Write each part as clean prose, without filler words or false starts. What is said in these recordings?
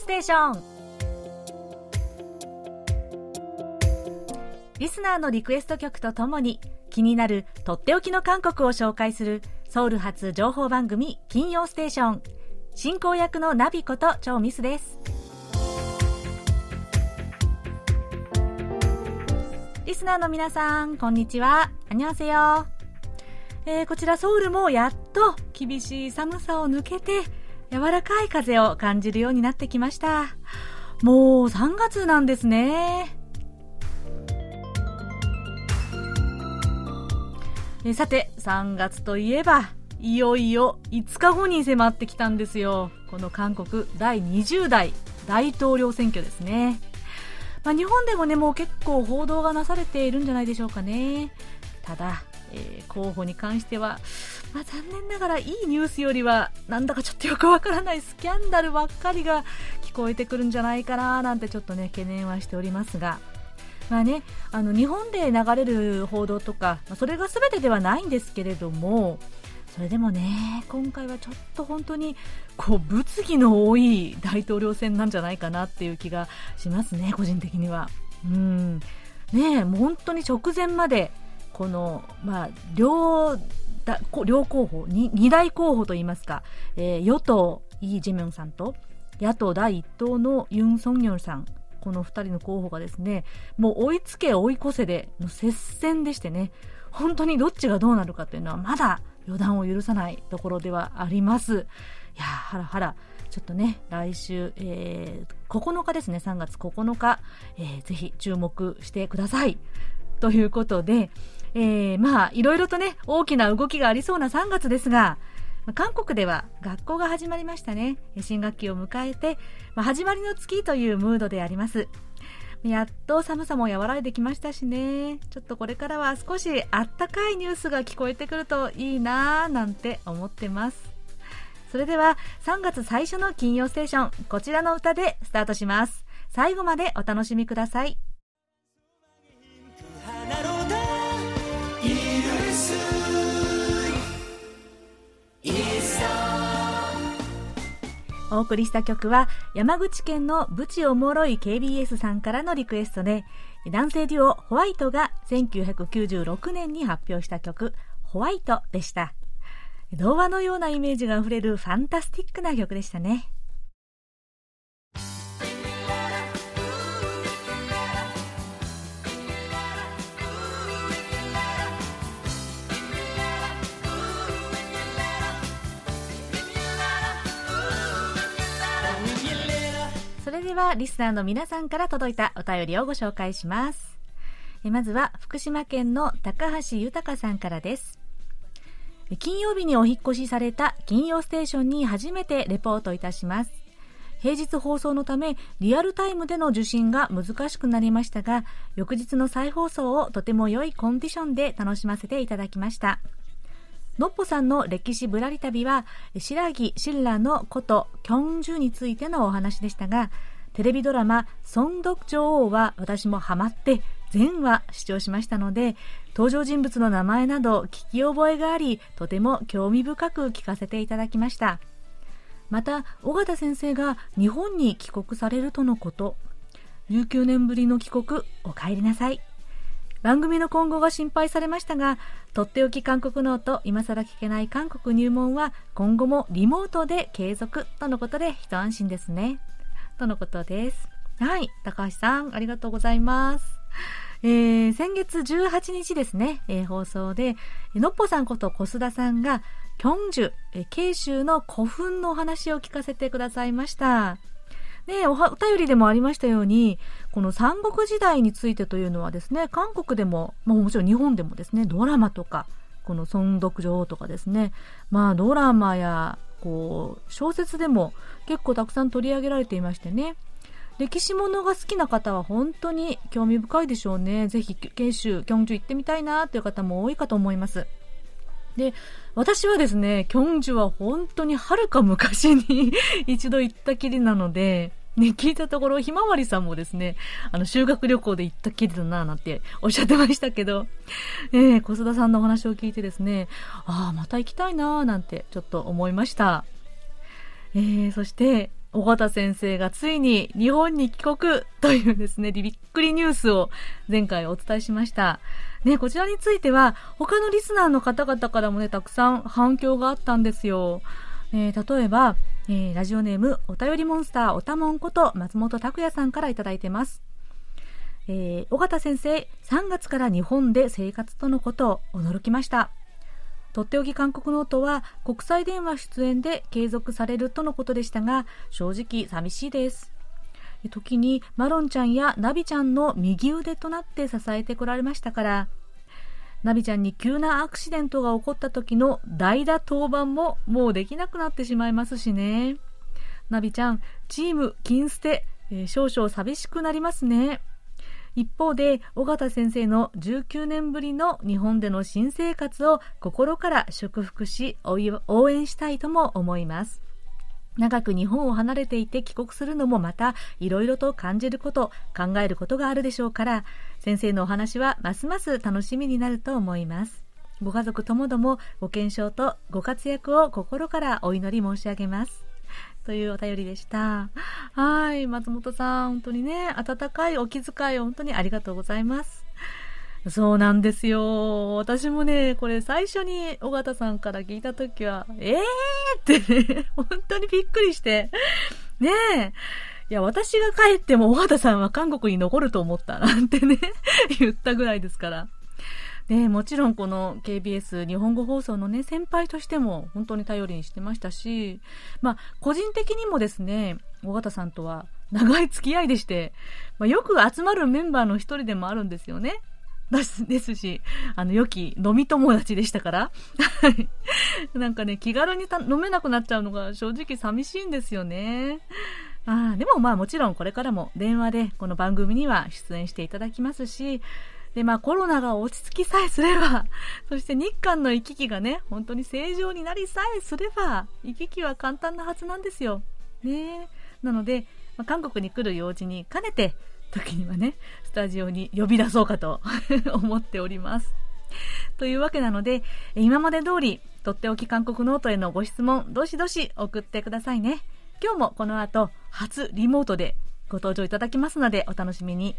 ステーション。リスナーのリクエスト曲とともに気になるとっておきの韓国を紹介するソウル発情報番組金曜ステーション。進行役のナビことチョウミスです。リスナーの皆さん、こんにちは。안녕하세요。こちらソウルもやっと厳しい寒さを抜けて柔らかい風を感じるようになってきました。もう3月なんですね。さて3月といえばいよいよ5日後に迫ってきたんですよ。この韓国第20代大統領選挙ですね。日本でもね、もう結構報道がなされているんじゃないでしょうかね。ただ、候補に関しては、残念ながらいいニュースよりはなんだかちょっとよくわからないスキャンダルばっかりが聞こえてくるんじゃないかななんてちょっとね懸念はしておりますが、日本で流れる報道とか、それが全てではないんですけれども、それでもね今回はちょっと本当に物議の多い大統領選なんじゃないかなっていう気がしますね、個人的には。もう本当に直前までこの、両候補2大候補といいますか、与党イ・ジェミョンさんと野党第一党のユン・ソンニョルさん、この2人の候補がですね、もう追いつけ追い越せでの接戦でしてね、本当にどっちがどうなるかというのはまだ予断を許さないところではあります。いやハラハラ、ちょっとね来週、9日ですね、3月9日、ぜひ注目してくださいということで、いろいろとね大きな動きがありそうな3月ですが、韓国では学校が始まりましたね。新学期を迎えて、始まりの月というムードであります。やっと寒さも和らいできましたしね、ちょっとこれからは少しあったかいニュースが聞こえてくるといいななんて思ってます。それでは3月最初の金曜ステーション、こちらの歌でスタートします。最後までお楽しみください。お送りした曲は山口県のブチおもろい KBS さんからのリクエストで、男性デュオホワイトが1996年に発表した曲ホワイトでした。童話のようなイメージがあふれるファンタスティックな曲でしたね。それではリスナーの皆さんから届いたお便りをご紹介します。まずは福島県の高橋豊さんからです。金曜日にお引っ越しされた金曜ステーションに初めてレポートいたします。平日放送のためリアルタイムでの受信が難しくなりましたが、翌日の再放送をとても良いコンディションで楽しませていただきました。のっぽさんの歴史ぶらり旅は白木新羅の古都キョンジュについてのお話でしたが、テレビドラマソンドク女王は私もハマって全話視聴しましたので、登場人物の名前など聞き覚えがあり、とても興味深く聞かせていただきました。また尾形先生が日本に帰国されるとのこと。19年ぶりの帰国、お帰りなさい。番組の今後が心配されましたが、とっておき韓国ノート今更聞けない韓国入門は今後もリモートで継続とのことで一安心ですね、とのことです。はい、高橋さんありがとうございます。先月18日ですね、放送でのっぽさんこと小須田さんがキョンジュ、慶州の古墳のお話を聞かせてくださいました。で、お便りでもありましたように、この三国時代についてというのはですね、韓国でも、もちろん日本でもですね、ドラマとかこの尊読女王とかですね、ドラマや小説でも結構たくさん取り上げられていましてね、歴史ものが好きな方は本当に興味深いでしょうね。ぜひ慶州キョンジュ行ってみたいなという方も多いかと思います。で、私はですね、キョンジュは本当にはるか昔に一度行ったきりなので、ね、聞いたところひまわりさんもですね、修学旅行で行ったきりだななんておっしゃってましたけど、小須田さんのお話を聞いてですね、また行きたいななんてちょっと思いました。そして尾形先生がついに日本に帰国というですね、びっくりニュースを前回お伝えしました。ね、こちらについては他のリスナーの方々からもね、たくさん反響があったんですよ。例えば、ラジオネームお便りモンスターおたもんこと松本拓也さんからいただいてます。尾形先生、3月から日本で生活とのことを驚きました。とっておき韓国ノートは国際電話出演で継続されるとのことでしたが、正直寂しいです。時にマロンちゃんやナビちゃんの右腕となって支えてこられましたから、ナビちゃんに急なアクシデントが起こった時の代打登板ももうできなくなってしまいますしね。ナビちゃん、チーム金捨て、少々寂しくなりますね。一方で尾形先生の19年ぶりの日本での新生活を心から祝福し応援したいとも思います。長く日本を離れていて帰国するのもまたいろいろと感じること、考えることがあるでしょうから、先生のお話はますます楽しみになると思います。ご家族ともどもご健勝とご活躍を心からお祈り申し上げますというお便りでした。はい、松本さん、本当にね、温かいお気遣いを本当にありがとうございます。そうなんですよ。私もね、これ最初に尾形さんから聞いたときは、ってね、本当にびっくりして、ねえ、いや、私が帰っても尾形さんは韓国に残ると思ったなんてね、言ったぐらいですから。で、もちろんこの KBS 日本語放送のね、先輩としても本当に頼りにしてましたし、個人的にもですね、尾形さんとは長い付き合いでして、よく集まるメンバーの一人でもあるんですよね。ですし、良き飲み友達でしたから。なんかね、気軽に飲めなくなっちゃうのが正直寂しいんですよね。でももちろんこれからも電話でこの番組には出演していただきますし、で、コロナが落ち着きさえすれば、そして日韓の行き来がね、本当に正常になりさえすれば、行き来は簡単なはずなんですよ。ね。なので、韓国に来る用事に兼ねて、時にはね、スタジオに呼び出そうかと思っております。というわけなので、今まで通り、とっておき韓国ノートへのご質問、どしどし送ってくださいね。今日もこの後、初リモートでご登場いただきますので、お楽しみに。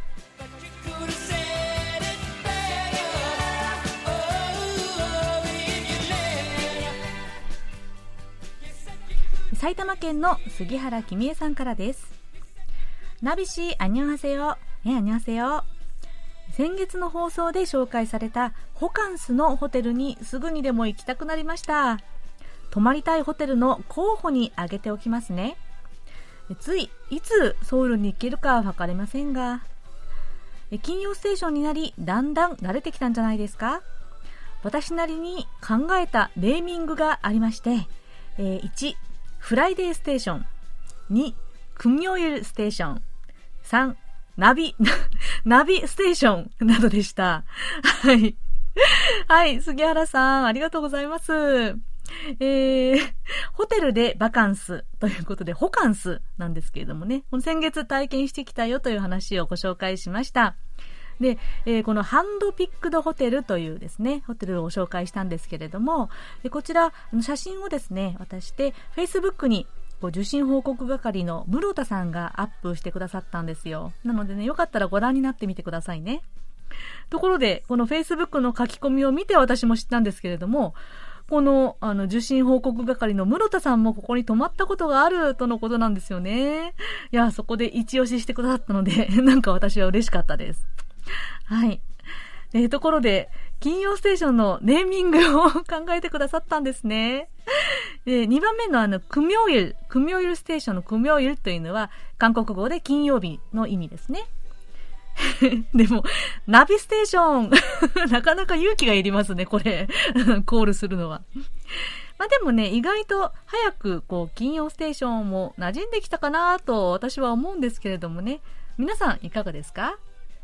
埼玉県の杉原君江さんからです。ナビ氏、안녕하세요。안녕하세요。先月の放送で紹介されたホカンスのホテルにすぐにでも行きたくなりました。泊まりたいホテルの候補に挙げておきますね。いつソウルに行けるか分かりませんが、金曜ステーションになりだんだん慣れてきたんじゃないですか。私なりに考えたネーミングがありまして、1、フライデーステーション、2、금요일ステーション、3、ナビステーションなどでした。はい。はい、杉原さん、ありがとうございます。ホテルでバカンスということで、ホカンスなんですけれどもね、先月体験してきたよという話をご紹介しました。で、このハンドピックドホテルというですね、ホテルを紹介したんですけれども、こちら、写真をですね、渡して、Facebook に受信報告係の室田さんがアップしてくださったんですよ。なのでね、よかったらご覧になってみてくださいね。ところで、この Facebook の書き込みを見て私も知ったんですけれども、この、受信報告係の室田さんもここに泊まったことがあるとのことなんですよね。いや、そこで一押ししてくださったので、なんか私は嬉しかったです。はい。ところで、金曜ステーションのネーミングを考えてくださったんですね。2番目の금요일ステーションの금요일というのは、韓国語で金曜日の意味ですね。でも、ナビステーション、なかなか勇気がいりますね、これ。コールするのは。でもね、意外と早く、金曜ステーションも馴染んできたかなと私は思うんですけれどもね。皆さんいかがですか？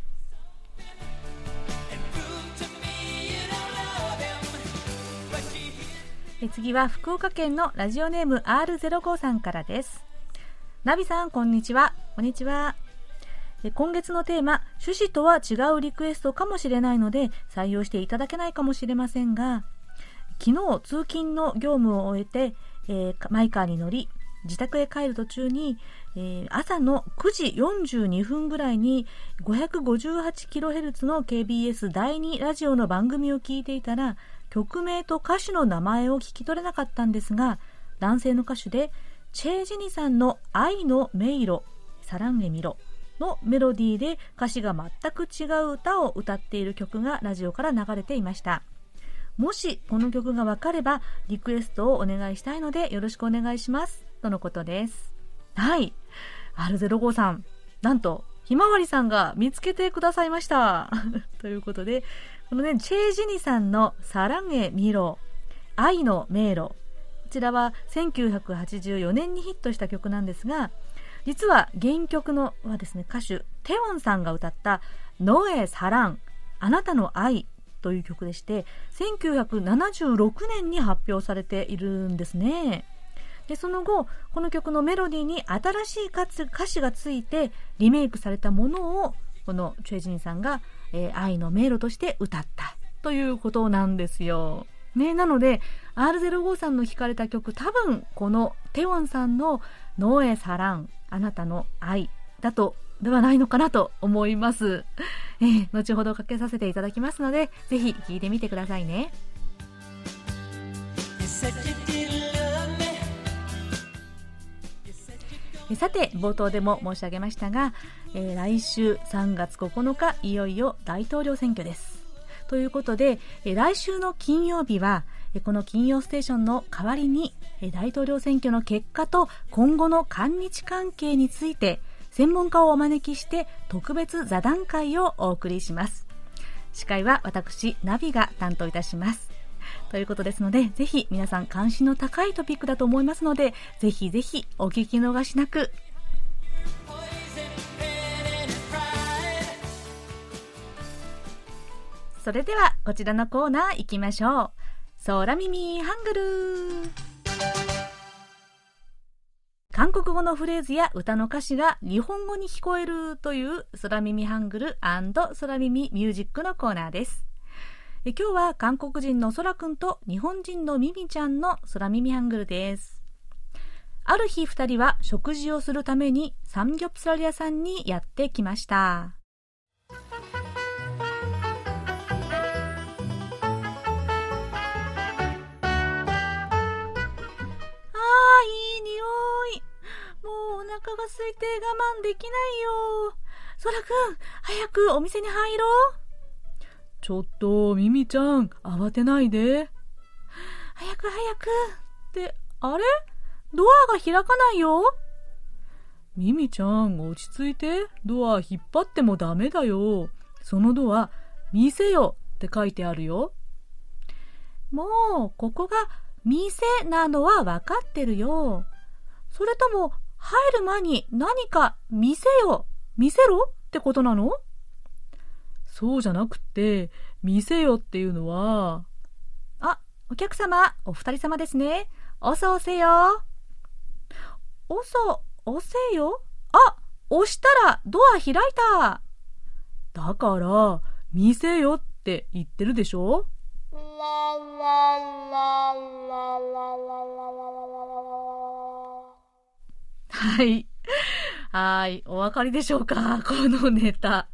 次は福岡県のラジオネーム R05 さんからです。ナビさん、こんにちは。こんにちは。今月のテーマ、趣旨とは違うリクエストかもしれないので採用していただけないかもしれませんが、昨日通勤の業務を終えて、マイカーに乗り、 自宅へ帰る途中に、朝の9時42分ぐらいに 558kHz の KBS 第2ラジオの番組を聞いていたら、曲名と歌手の名前を聞き取れなかったんですが、男性の歌手でチェ・ジニさんの愛の迷路サランゲミロのメロディーで歌詞が全く違う歌を歌っている曲がラジオから流れていました。もしこの曲が分かればリクエストをお願いしたいのでよろしくお願いしますとのことです。はい、 R05 さん、なんとひまわりさんが見つけてくださいましたということで、このねチェ・ジニさんのサランゲミロ愛の迷路、こちらは1984年にヒットした曲なんですが、実は原曲のはですね、歌手テウォンさんが歌ったノエサランあなたの愛という曲でして、1976年に発表されているんですね。でその後この曲のメロディーに新しい歌詞がついてリメイクされたものをこのチェ・ジニさんが、愛の迷路として歌ったということなんですよ、ね。なので R05 さんの聴かれた曲、多分このテウォンさんのノエサランあなたの愛だとではないのかなと思います。後ほどかけさせていただきますので、ぜひ聴いてみてくださいね。さて冒頭でも申し上げましたが、来週3月9日いよいよ大統領選挙です。ということで、来週の金曜日はこの金曜ステーションの代わりに大統領選挙の結果と今後の韓日関係について専門家をお招きして特別座談会をお送りします。司会は私ナビが担当いたしますということですので、ぜひ皆さん関心の高いトピックだと思いますので、ぜひぜひお聞き逃しなく。それではこちらのコーナー行きましょう。空耳ハングル。韓国語のフレーズや歌の歌詞が日本語に聞こえるという空耳ハングル&空耳ミュージックのコーナーです。今日は韓国人の空くんと日本人のミミちゃんの空耳ハングルです。ある日2人は食事をするためにサムギョプサル屋さんにやってきました。いい匂い。もうお腹が空いて我慢できないよ。そらくん、早くお店に入ろう。ちょっとミミちゃん、慌てないで。早く早く。って、あれ？ドアが開かないよ。ミミちゃん、落ち着いて。ドア引っ張ってもダメだよ。そのドア、見せよって書いてあるよ。もう、ここが店なのは分かってるよ。それとも入る前に何か見せろってことなの？そうじゃなくて、見せよっていうのは、あ、お客様、お二人様ですね。おそおせよ。おせよ？あ、押したらドア開いた。だから見せよって言ってるでしょ。はい、お分かりでしょうか、このネタ。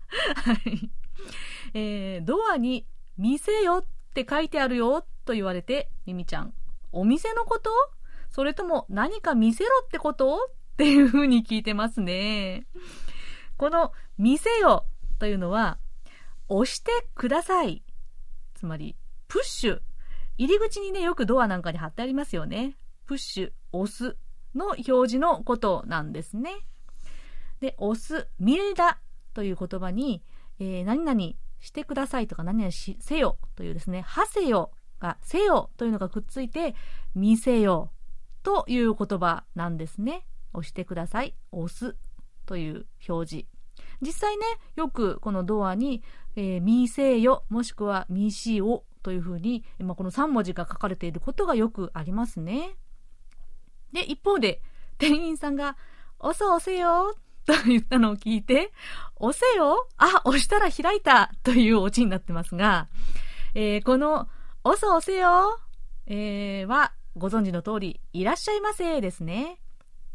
ドアに見せよって書いてあるよと言われて、ミミちゃん、お店のこと？それとも何か見せろってこと？っていうふうに聞いてますね。この見せよというのは、押してください。つまり、プッシュ。入り口にね、よくドアなんかに貼ってありますよね。プッシュ、押すの表示のことなんですね。で、押す、ミルダという言葉に、何々してくださいとか何々せよというですね、はせよがせよというのがくっついて、見せよという言葉なんですね。押してください、押すという表示。実際ね、よくこのドアに、見せよもしくは見しおというふうに、この3文字が書かれていることがよくありますね。で、一方で店員さんが押せよと言ったのを聞いて、押せよ？あ、押したら開いたというオチになってますが、この押せよ、はご存知の通りいらっしゃいませですね。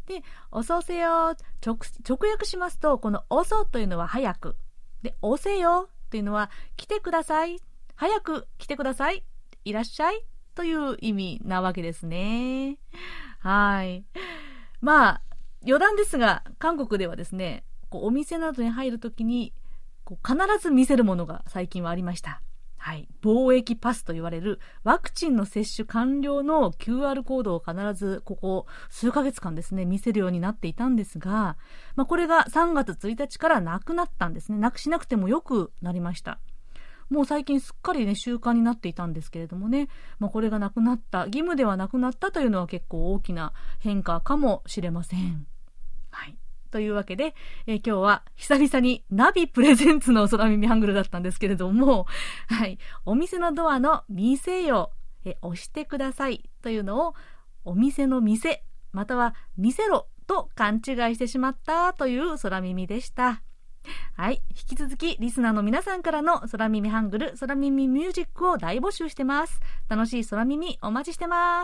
で、遅せよ、直訳しますと、この遅というのは早く。で、押せよというのは来てください。早く来てください。いらっしゃい。という意味なわけですね。はい。まあ、余談ですが、韓国ではですね、お店などに入るときに、必ず見せるものが最近はありました。はい。防疫パスと言われるワクチンの接種完了の QR コードを必ずここ数ヶ月間ですね、見せるようになっていたんですが、これが3月1日からなくなったんですね。なくしなくてもよくなりました。もう最近すっかりね、習慣になっていたんですけれどもね、これがなくなった、義務ではなくなったというのは結構大きな変化かもしれません。はい。というわけで、今日は久々にナビプレゼンツの空耳ハングルだったんですけれども、はい。お店のドアの店よ、押してくださいというのを、お店の店、または見せろと勘違いしてしまったという空耳でした。はい。引き続きリスナーの皆さんからの空耳ハングル、空耳ミュージックを大募集してます。楽しい空耳お待ちしてます。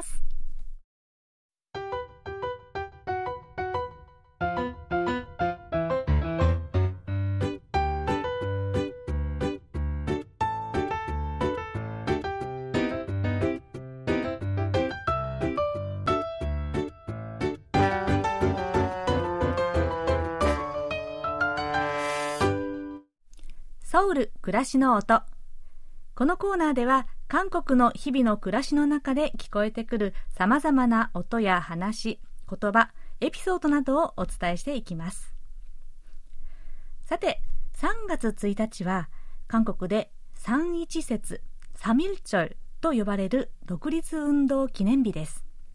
ソウル暮らしの音。このコーナーでは韓国の日々の暮らしの中で聞こえてくるさまざまな音や話、言葉、エピソードなどをお伝えしていきます。さて、3月1日は韓国で3.1節3.1と呼ばれる独立運動記念日です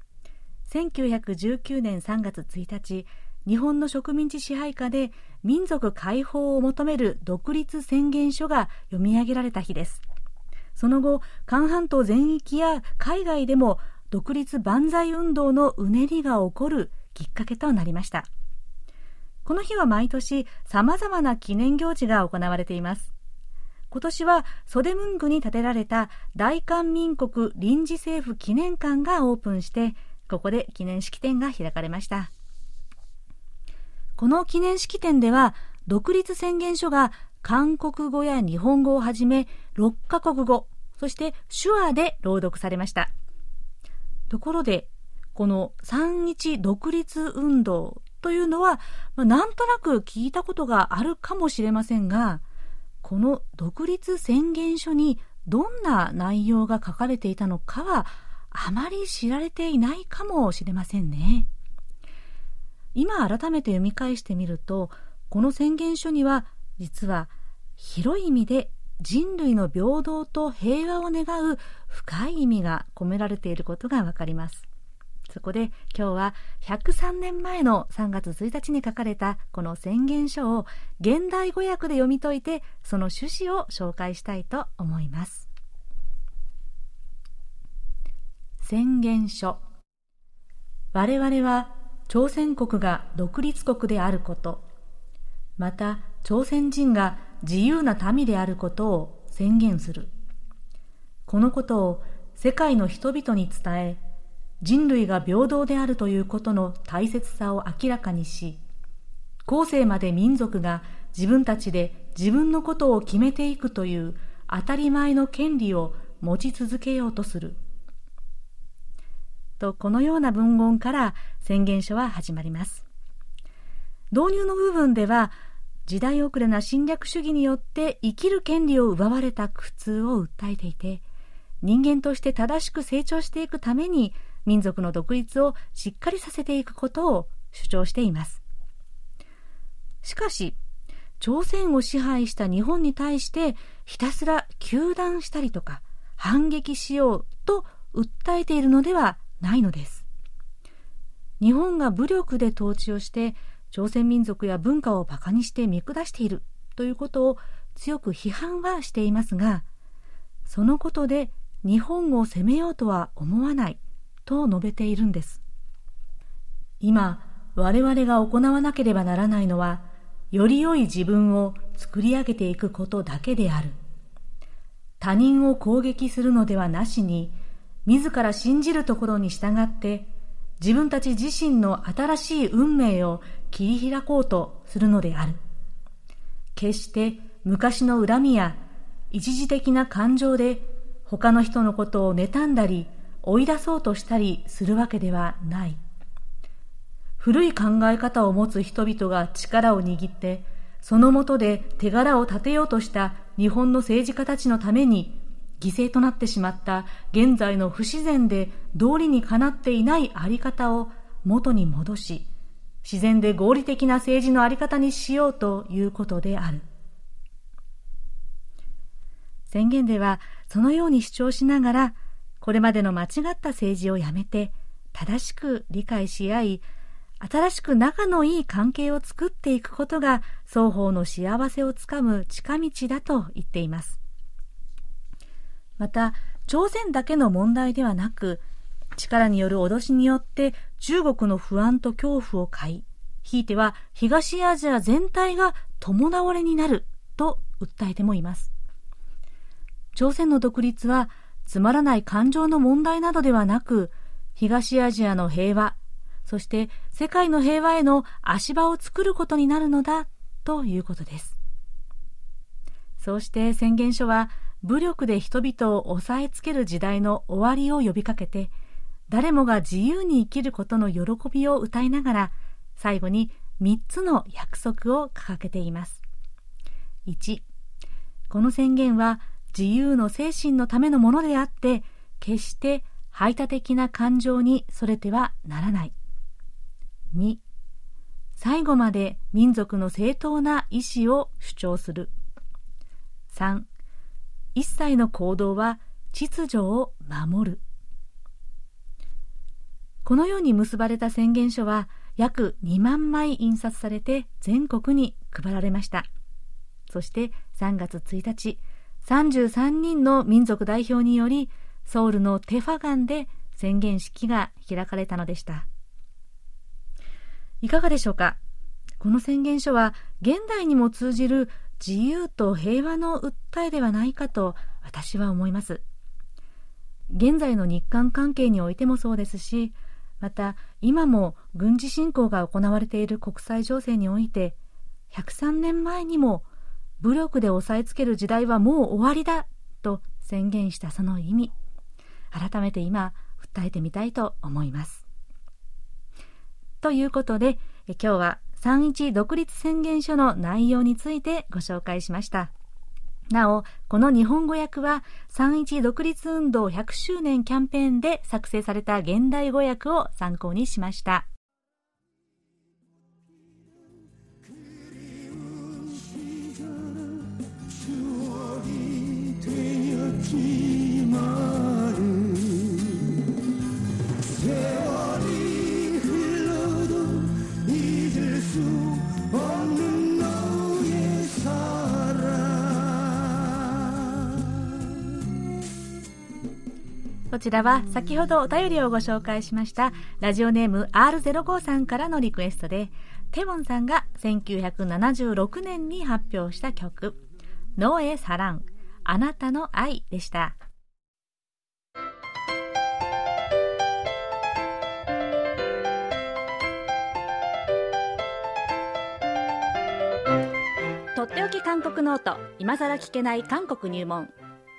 。1919年3月1日、日本の植民地支配下で民族解放を求める独立宣言書が読み上げられた日です。その後、韓半島全域や海外でも独立万歳運動のうねりが起こるきっかけとなりました。この日は毎年様々な記念行事が行われています。今年はソデムングに建てられた大韓民国臨時政府記念館がオープンして、ここで記念式典が開かれました。この記念式典では、独立宣言書が韓国語や日本語をはじめ6カ国語、そして手話で朗読されました。ところで、この3.1独立運動というのは、なんとなく聞いたことがあるかもしれませんが、この独立宣言書にどんな内容が書かれていたのかは、あまり知られていないかもしれませんね。今改めて読み返してみると、この宣言書には実は広い意味で人類の平等と平和を願う深い意味が込められていることがわかります。そこで今日は103年前の3月1日に書かれたこの宣言書を現代語訳で読み解いて、その趣旨を紹介したいと思います。宣言書。我々は朝鮮国が独立国であること、また朝鮮人が自由な民であることを宣言する。このことを世界の人々に伝え、人類が平等であるということの大切さを明らかにし、後世まで民族が自分たちで自分のことを決めていくという当たり前の権利を持ち続けようとする。と、このような文言から宣言書は始まります。導入の部分では、時代遅れな侵略主義によって生きる権利を奪われた苦痛を訴えていて、人間として正しく成長していくために民族の独立をしっかりさせていくことを主張しています。しかし、朝鮮を支配した日本に対してひたすら糾弾したりとか反撃しようと訴えているのではないのです。日本が武力で統治をして朝鮮民族や文化をバカにして見下しているということを強く批判はしていますが、そのことで日本を責めようとは思わないと述べているんです。今我々が行わなければならないのは、より良い自分を作り上げていくことだけである。他人を攻撃するのではなしに、自ら信じるところに従って自分たち自身の新しい運命を切り開こうとするのである。決して昔の恨みや一時的な感情で他の人のことを妬んだり追い出そうとしたりするわけではない。古い考え方を持つ人々が力を握って、その下で手柄を立てようとした日本の政治家たちのために犠牲となってしまった現在の不自然で道理にかなっていないあり方を元に戻し、自然で合理的な政治のあり方にしようということである。宣言ではそのように主張しながら、これまでの間違った政治をやめて正しく理解し合い、新しく仲のいい関係を作っていくことが双方の幸せをつかむ近道だと言っています。また、朝鮮だけの問題ではなく、力による脅しによって中国の不安と恐怖を買い、ひいては東アジア全体が共倒れになると訴えてもいます。朝鮮の独立はつまらない感情の問題などではなく、東アジアの平和、そして世界の平和への足場を作ることになるのだということです。そうして宣言書は武力で人々を押さえつける時代の終わりを呼びかけて、誰もが自由に生きることの喜びを歌いながら、最後に3つの約束を掲げています。1、この宣言は自由の精神のためのものであって、決して排他的な感情にそれてはならない。2、最後まで民族の正当な意思を主張する。3、一切の行動は秩序を守る。このように結ばれた宣言書は約2万枚印刷されて全国に配られました。そして3月1日、33人の民族代表によりソウルのテファガンで宣言式が開かれたのでした。いかがでしょうか。この宣言書は現代にも通じる自由と平和の訴えではないかと私は思います。現在の日韓関係においてもそうですし、また今も軍事侵攻が行われている国際情勢において、103年前にも武力で押さえつける時代はもう終わりだと宣言したその意味、改めて今訴えてみたいと思います。ということで、今日は3.1独立宣言書の内容についてご紹介しました。なお、この日本語訳は3.1独立運動100周年キャンペーンで作成された現代語訳を参考にしました。こちらは先ほどお便りをご紹介しましたラジオネーム R05 さんからのリクエストで、テウォンさんが1976年に発表した曲너의 사랑、あなたの愛でした。とっておき韓国ノート、今さら聞けない韓国入門。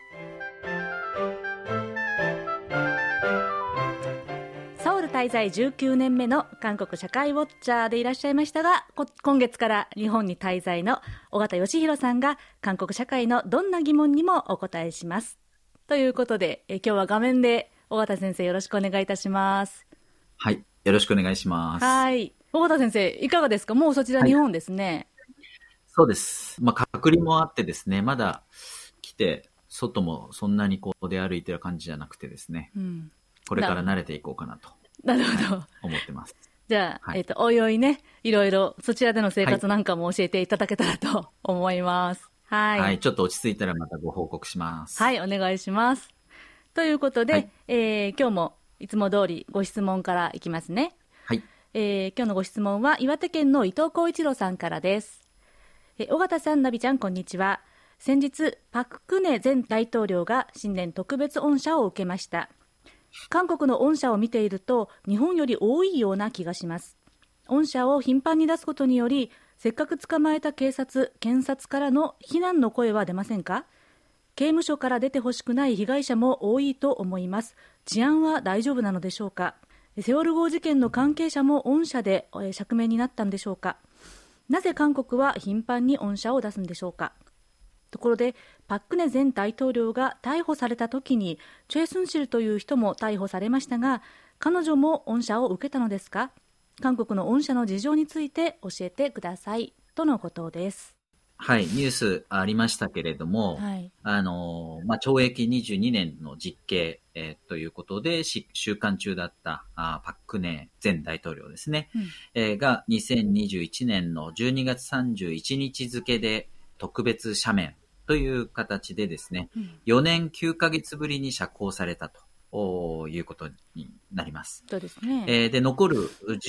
ソウル滞在19年目の韓国社会ウォッチャーでいらっしゃいましたが、今月から日本に滞在の尾形義弘さんが韓国社会のどんな疑問にもお答えします。ということで、今日は画面で尾形先生よろしくお願いいたします。 はい、よろしくお願いします。 はい、尾形先生いかがですか。もうそちら日本ですね。はい、 そうです。隔離もあってですね、まだ来て外もそんなにこう出歩いてる感じじゃなくてですね、これから慣れていこうかなと。 なるほど、 思ってます。 じゃあ、おいおいね、いろいろそちらでの生活なんかも教えていただけたらと思います。はい。はい、 ちょっと落ち着いたらまたご報告します。 はい、お願いします。ということで、今日もいつも通りご質問からいきますね。はい。今日のご質問は岩手県の伊藤浩一郎さんからです。尾形さん、ナビちゃん、こんにちは。先日パク・クネ前大統領が新年特別恩赦を受けました。 韓国の恩赦を見ていると日本より多いような気がします。恩赦を頻繁に出すことにより、せっかく捕まえた警察、検察からの非難の声は出ませんか？刑務所から出てほしくない被害者も多いと思います。治安は大丈夫なのでしょうか？セウォル号事件の関係者も恩赦で釈明になったんでしょうか？なぜ韓国は頻繁に恩赦を出すんでしょうか？ところで、パク・クネ前大統領が逮捕された時にチェ・スンシルという人も逮捕されましたが、彼女も恩赦を受けたのですか？韓国の恩赦の事情について教えてください、とのことです。 はい、ニュースありましたけれども、はい、懲役22年の実刑、ということで、収監中だったパク・クネ前大統領ですね、が2021年の12月31日付で特別赦免という形でですね、4年9ヶ月ぶりに釈放されたということになります。 そうですね。 で、残る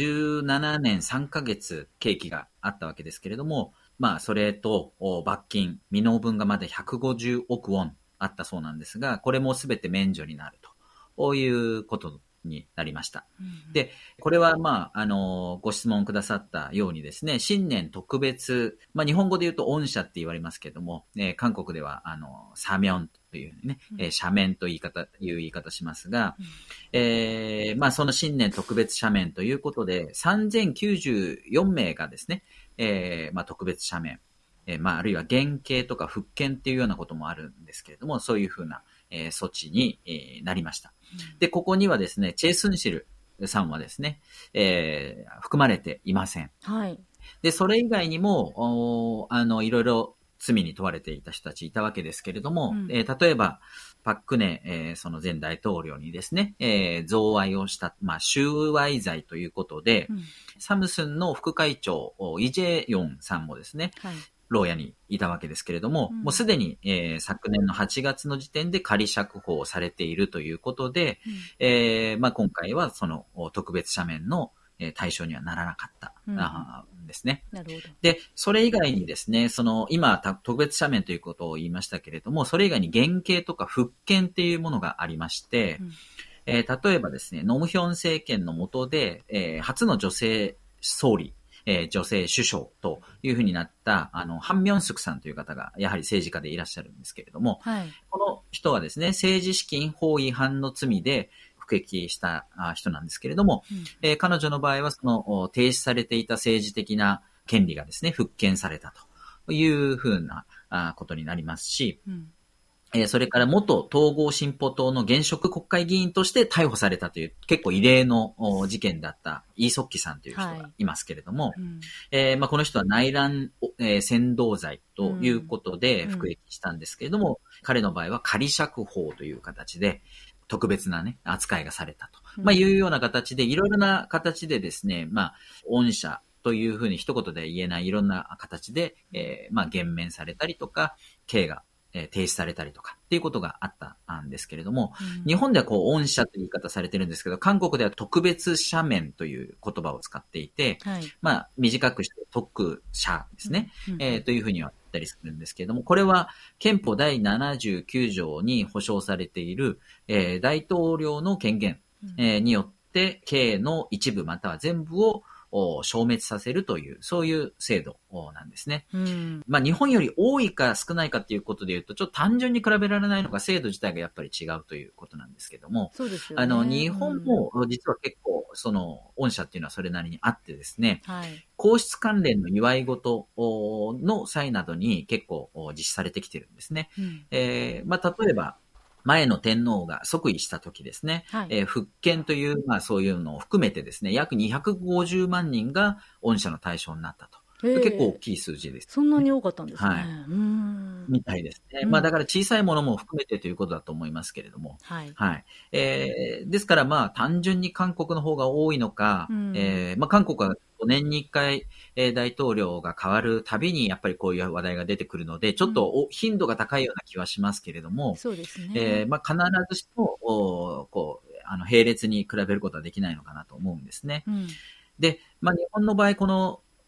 17年3ヶ月刑期があったわけですけれども、それと罰金、未納分がまだ150億ウォンあったそうなんですが、これもすべて免除になるということになりました。で、これはご質問くださったようにですね、新年特別、日本語で言うと恩赦って言われますけれども、韓国ではサミョンというね、赦免という言い方しますが、その新年特別赦免ということで、3094名がですね、特別赦免、あるいは減刑とか復権っていうようなこともあるんですけれども、そういうふうな、措置に、なりました。で、ここにはですね、チェ・スンシルさんはですね、含まれていません。 はい。 で、それ以外にも、いろいろ罪に問われていた人たちいたわけですけれども、例えば、パク・クネ、その前大統領にですね、贈賄をした、収賄罪ということで、サムスンの副会長、イ・ジェヨンさんもですね、牢屋にいたわけですけれども、もうすでに、昨年の8月の時点で仮釈放されているということで、今回はその特別赦免の対象にはならなかったんですね。 なるほど。 で、それ以外にですね、今、特別赦免ということを言いましたけれども、それ以外に減刑とか復権っていうものがありまして、例えばですね、ノムヒョン政権の下で、初の女性総理、女性首相というふうになった、ハン・ミョンスクさんという方が、やはり政治家でいらっしゃるんですけれども、この人はですね、政治資金法違反の罪で服役した人なんですけれども、彼女の場合は、停止されていた政治的な権利がですね、復権されたというふうなことになりますし、それから元統合進歩党の現職国会議員として逮捕されたという結構異例の事件だったイ・ソッキさんという人がいますけれども、この人は内乱扇動罪ということで服役したんですけれども、彼の場合は仮釈放という形で特別なね、扱いがされたと、いうような形で、いろいろな形でですね、恩赦というふうに一言で言えないいろんな形で、減免されたりとか、刑が停止されたりとかっていうことがあったんですけれども、日本では恩赦という言い方されてるんですけど、韓国では特別赦免という言葉を使っていて、短くして特赦ですね、というふうには言ったりするんですけれども、これは憲法第79条に保障されている、大統領の権限、によって刑の一部または全部を消滅させるという、そういう制度なんですね。日本より多いか少ないかっていうことで言うと、ちょっと単純に比べられないのが制度自体がやっぱり違うということなんですけども、 そうですよね。 日本も実は結構、恩赦っていうのはそれなりにあってですね、皇室関連の祝い事の際などに結構実施されてきてるんですね。例えば、前の天皇が即位した時ですね、復権という、そういうのを含めてですね、約250万人が恩赦の対象になったと。結構大きい数字です、ね。 そんなに多かったんですね。 みたいですね。だから小さいものも含めてということだと思いますけれども。ですから単純に韓国の方が多いのか、韓国は5年に1回、大統領が変わるたびにやっぱりこういう話題が出てくるので、ちょっと頻度が高いような気はしますけれども、 そうですね。 必ずしも並列に比べることはできないのかなと思うんですね。で、日本の場合この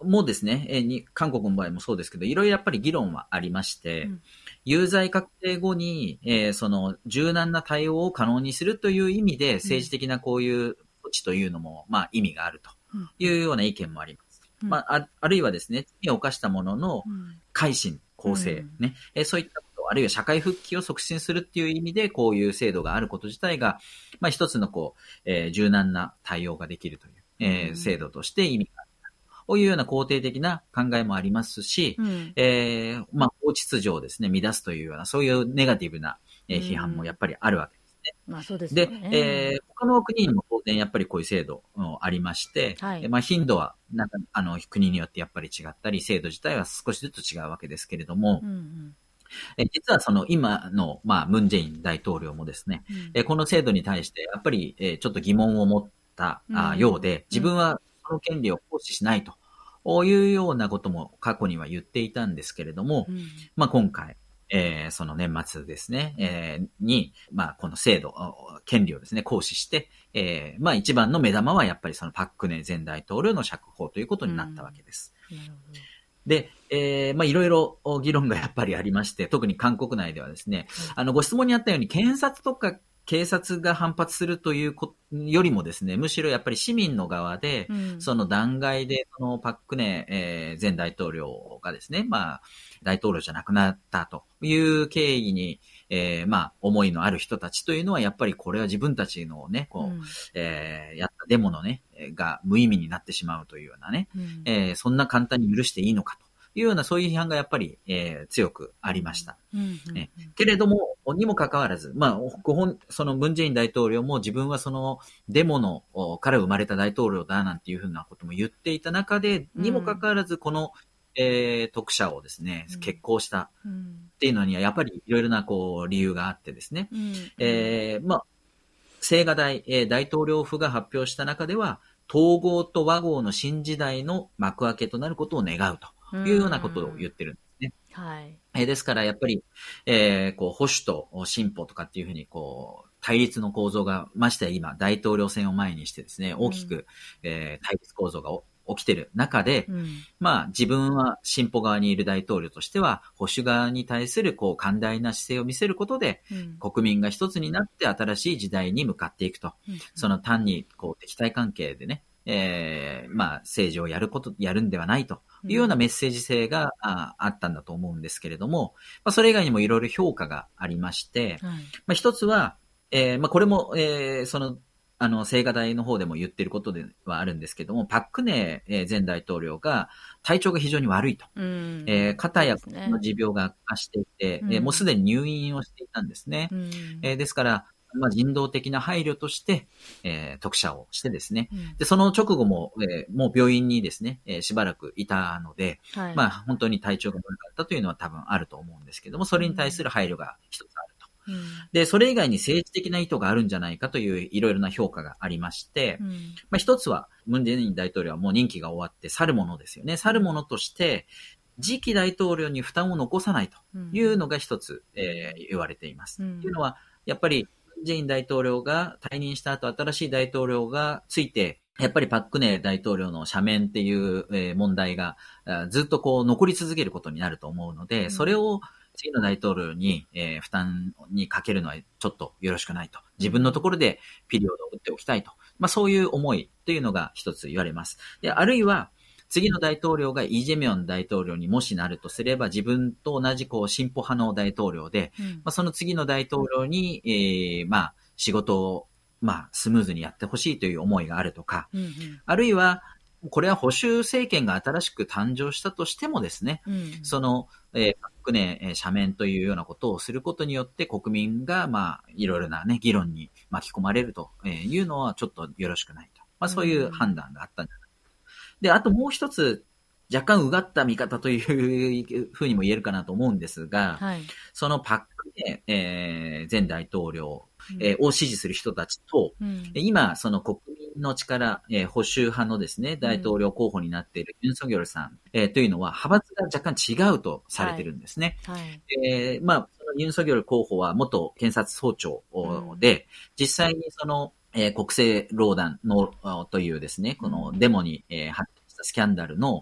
もですね、韓国の場合もそうですけど、いろいろやっぱり議論はありまして、有罪確定後に、その柔軟な対応を可能にするという意味で、政治的なこういう措置というのも、まあ意味があるというような意見もあります。まあ、あるいはですね、罪を犯したものの改心、更生、ね、そういったこと、あるいは社会復帰を促進するっていう意味で、こういう制度があること自体が、まあ一つのこう、柔軟な対応ができるという、制度として意味がある。こういうような肯定的な考えもありますし、まあ、法秩序をですね、乱すというような、そういうネガティブな、批判もやっぱりあるわけですね。 まあそうですよね。 で、他の国にも当然やっぱりこういう制度ありまして、まあ頻度はなんか国によってやっぱり違ったり、制度自体は少しずつ違うわけですけれども、実はその今の、まあ、ムン・ジェイン大統領もですね、この制度に対してやっぱり、ちょっと疑問を持ったようで、自分はその権利を行使しないというようなことも過去には言っていたんですけれども、まあ今回、その年末ですね、に、まあこの制度、権利をですね、行使して、まあ一番の目玉はやっぱりそのパククネ前大統領の釈放ということになったわけです。で、まあいろいろ議論がやっぱりありまして、特に韓国内ではですね、ご質問にあったように検察とか警察が反発するというよりもですね、むしろやっぱり市民の側で、その弾劾で、そのパククネ、前大統領がですね、まあ、大統領じゃなくなったという経緯に、まあ、思いのある人たちというのは、やっぱりこれは自分たちのね、こう、やったデモのね、が無意味になってしまうというようなね、そんな簡単に許していいのかと。いうようなそういう批判がやっぱり、強くありました。けれども、にもかかわらず、まあ、そのムン・ジェイン大統領も自分はそのデモのから生まれた大統領だなんていうふうなことも言っていた中で、にもかかわらずこの、特赦をですね、決行したっていうのにはやっぱりいろいろなこう理由があってですね、まあ、青瓦台、大統領府が発表した中では、統合と和合の新時代の幕開けとなることを願うと。いうようなことを言ってるんですね。ですからやっぱり、こう保守と進歩とかっていうふうにこう対立の構造がまして今大統領選を前にしてですね、大きく、対立構造が起きてる中で、まあ自分は進歩側にいる大統領としては保守側に対するこう寛大な姿勢を見せることで、国民が一つになって新しい時代に向かっていくと。その単にこう敵対関係でね、まあ政治をやるんではないというようなメッセージ性があったんだと思うんですけれども、まあ、それ以外にもいろいろ評価がありまして、まあ、一つは、まあ、これも、その、青瓦台の方でも言ってることではあるんですけども、パククネ前大統領が体調が非常に悪いと。肩や腰の持病が悪化していて、もうすでに入院をしていたんですね。ですから、まあ、人道的な配慮として、特赦をしてですね。で、その直後も、もう病院にですね、しばらくいたので、まあ、本当に体調が悪かったというのは多分あると思うんですけども、それに対する配慮が一つあると。で、それ以外に政治的な意図があるんじゃないかといういろいろな評価がありまして、まあ、一つは、ムン・ジェイン大統領はもう任期が終わって去るものですよね。去るものとして、次期大統領に負担を残さないというのが一つ、言われています。というのは、やっぱり、ジェイン大統領が退任した後、新しい大統領がついて、やっぱりパククネ大統領の赦免っていう問題がずっとこう残り続けることになると思うので、それを次の大統領に負担にかけるのはちょっとよろしくないと。自分のところでピリオドを打っておきたいと。まあそういう思いというのが一つ言われます。で、あるいは、次の大統領がイ・ジェミョン大統領にもしなるとすれば、自分と同じこう進歩派の大統領で、まあ、その次の大統領に、まあ仕事をまあスムーズにやってほしいという思いがあるとか、あるいはこれは保守政権が新しく誕生したとしてもですね、そのパククネ赦免というようなことをすることによって国民がまあいろいろなね議論に巻き込まれるというのはちょっとよろしくないと、まあそういう判断があったんじゃないか。で、あともう一つ、若干うがった見方というふうにも言えるかなと思うんですが、そのパククネ、前大統領、を支持する人たちと、今、その国民の力、保守派のですね、大統領候補になっているユン・ソギョルさん、というのは派閥が若干違うとされてるんですね。まあ、そのユン・ソギョル候補は元検察総長で、実際にその、国政労団のというですね、このデモに発展したスキャンダルの、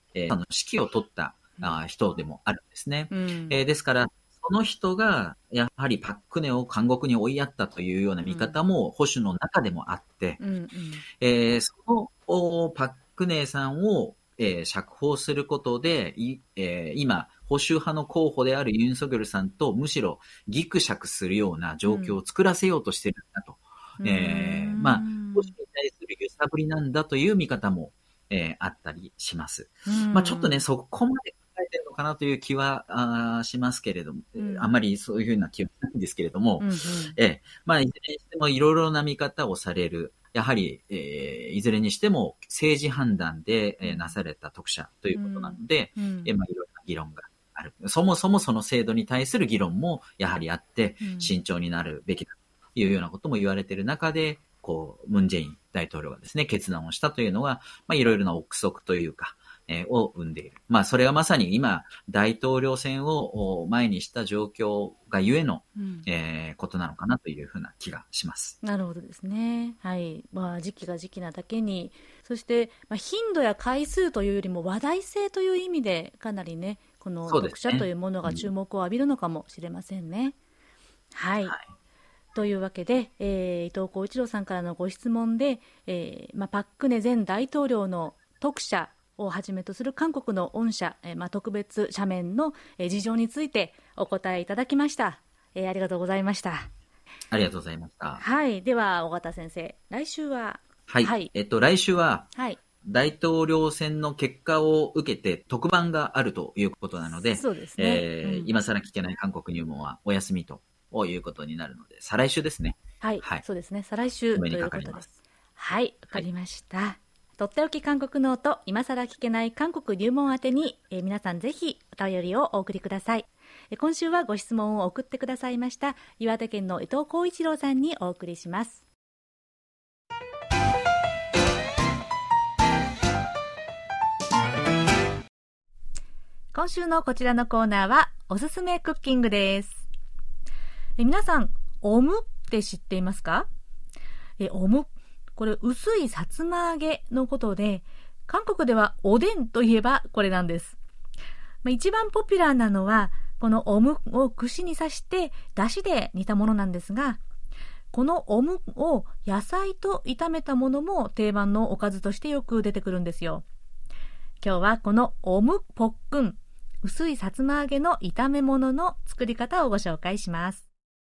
指揮を取った人でもあるんですね。ですから、その人が、やはりパククネを監獄に追いやったというような見方も保守の中でもあって、そのパククネさんを、釈放することで、今、保守派の候補であるユン・ソギョルさんとむしろギクシャクするような状況を作らせようとしているんだと。保守に対する揺さぶりなんだという見方も、あったりします。ちょっとね、そこまで考えてるのかなという気はしますけれども、あんまりそういうふうな気はないんですけれども、いずれにしてもいろいろな見方をされる。やはり、いずれにしても政治判断で、なされた特赦ということなので、いろいろな議論がある。そもそもその制度に対する議論もやはりあって、慎重になるべきだというようなことも言われている中で、ムン・ジェイン大統領がですね、決断をしたというのが、いろいろな憶測というか、を生んでいる。それはまさに今、大統領選を前にした状況がゆえの、ことなのかなというふうな気がします。 なるほどですね。はい。時期が時期なだけに、そして、頻度や回数というよりも話題性という意味で、かなりね、この読者というものが注目を浴びるのかもしれませんね。はい。というわけで、伊藤浩一郎さんからのご質問で、パククネ前大統領の特赦をはじめとする韓国の恩赦、特別赦免の事情についてお答えいただきました。ありがとうございました。 ありがとうございました。 はい。では、尾形先生、来週ははい。来週は、大統領選の結果を受けて特番があるということなので、 そうですね。 今更聞けない韓国入門はお休みということになるので、再来週ですね。 はい。そうですね。再来週ということです。はい。わかりました。とっておき韓国ノート、今更聞けない韓国入門宛てに、皆さんぜひお便りをお送りください。今週はご質問を送ってくださいました岩手県の伊藤浩一郎さんにお送りします。今週のこちらのコーナーはおすすめクッキングです。皆さん、オムって知っていますか？オム、これ薄いさつま揚げのことで、韓国ではおでんといえばこれなんです。一番ポピュラーなのはこのオムを串に刺して出汁で煮たものなんですが、このオムを野菜と炒めたものも定番のおかずとしてよく出てくるんですよ。今日はこのオムポックン、薄いさつま揚げの炒め物の作り方をご紹介します。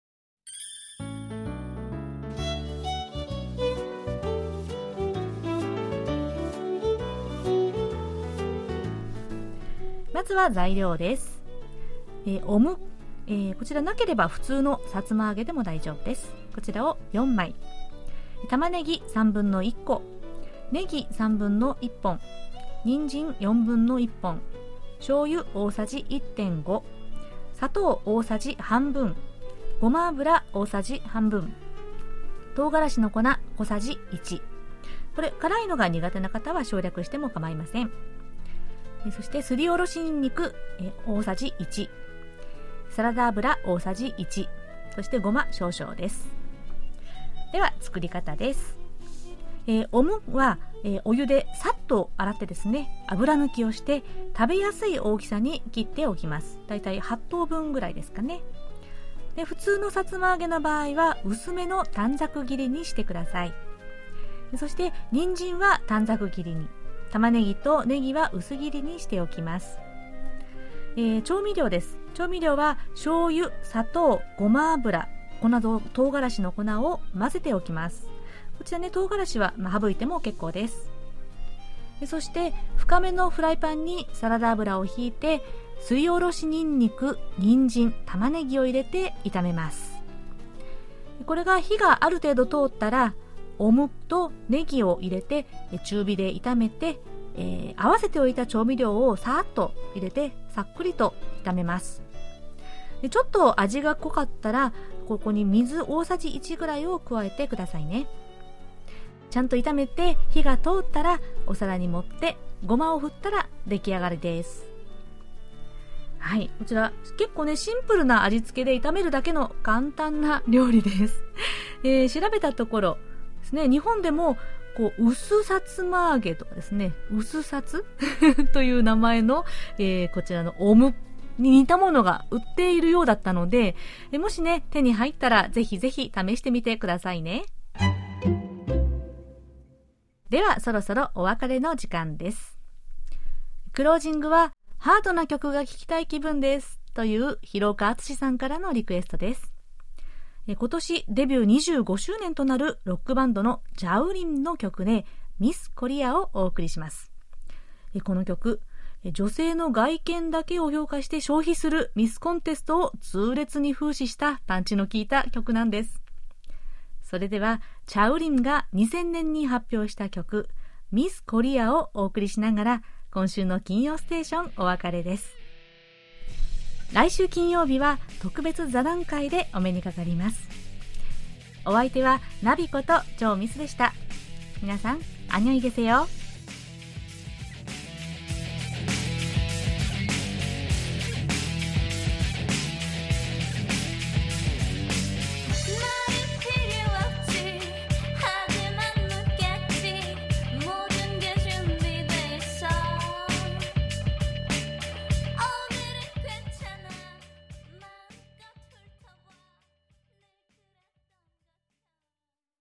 まずは材料です。オム、こちらなければ普通のさつま揚げでも大丈夫です。こちらを4枚、玉ねぎ3分の1個、ネギ3分の1本、人参4分の1本、醤油大さじ 1.5、 砂糖大さじ半分、ごま油大さじ半分、唐辛子の粉小さじ1。これ辛いのが苦手な方は省略しても構いません。そしてすりおろしにんにく大さじ1、サラダ油大さじ1、そしてごま少々です。では作り方です。オムは、お湯でさっと洗ってですね、油抜きをして食べやすい大きさに切っておきます。だいたい8等分ぐらいですかね。で、普通のさつま揚げの場合は薄めの短冊切りにしてください。そして人参は短冊切りに、玉ねぎとネギは薄切りにしておきます。調味料です。調味料は醤油、砂糖、ごま油、粉唐辛子の粉を混ぜておきます。こちらね、唐辛子は省いても結構です。そして深めのフライパンにサラダ油をひいて、すりおろしにんにく、人参、玉ねぎを入れて炒めます。これが火がある程度通ったら、オムとネギを入れて中火で炒めて、合わせておいた調味料をさーっと入れてさっくりと炒めます。で、ちょっと味が濃かったらここに水大さじ1ぐらいを加えてくださいね。ちゃんと炒めて火が通ったらお皿に盛ってごまを振ったら出来上がりです。はい、こちら結構ねシンプルな味付けで炒めるだけの簡単な料理です。調べたところですね、日本でも薄さつま揚げとかですね、薄さつという名前の、こちらのオムに似たものが売っているようだったので、もしね、手に入ったらぜひぜひ試してみてくださいね。では、そろそろお別れの時間です。クロージングは、ハードな曲が聴きたい気分ですという広岡敦さんからのリクエストです。今年デビュー25周年となるロックバンドのジャウリンの曲でミスコリアをお送りします。この曲、女性の外見だけを評価して消費するミスコンテストを痛烈に風刺したパンチの効いた曲なんです。それではチャウリンが2000年に発表した曲ミスコリアをお送りしながら今週の金曜ステーションお別れです。来週金曜日は特別座談会でお目にかかります。お相手はナビことジョーミスでした。皆さん、안녕히 계세요。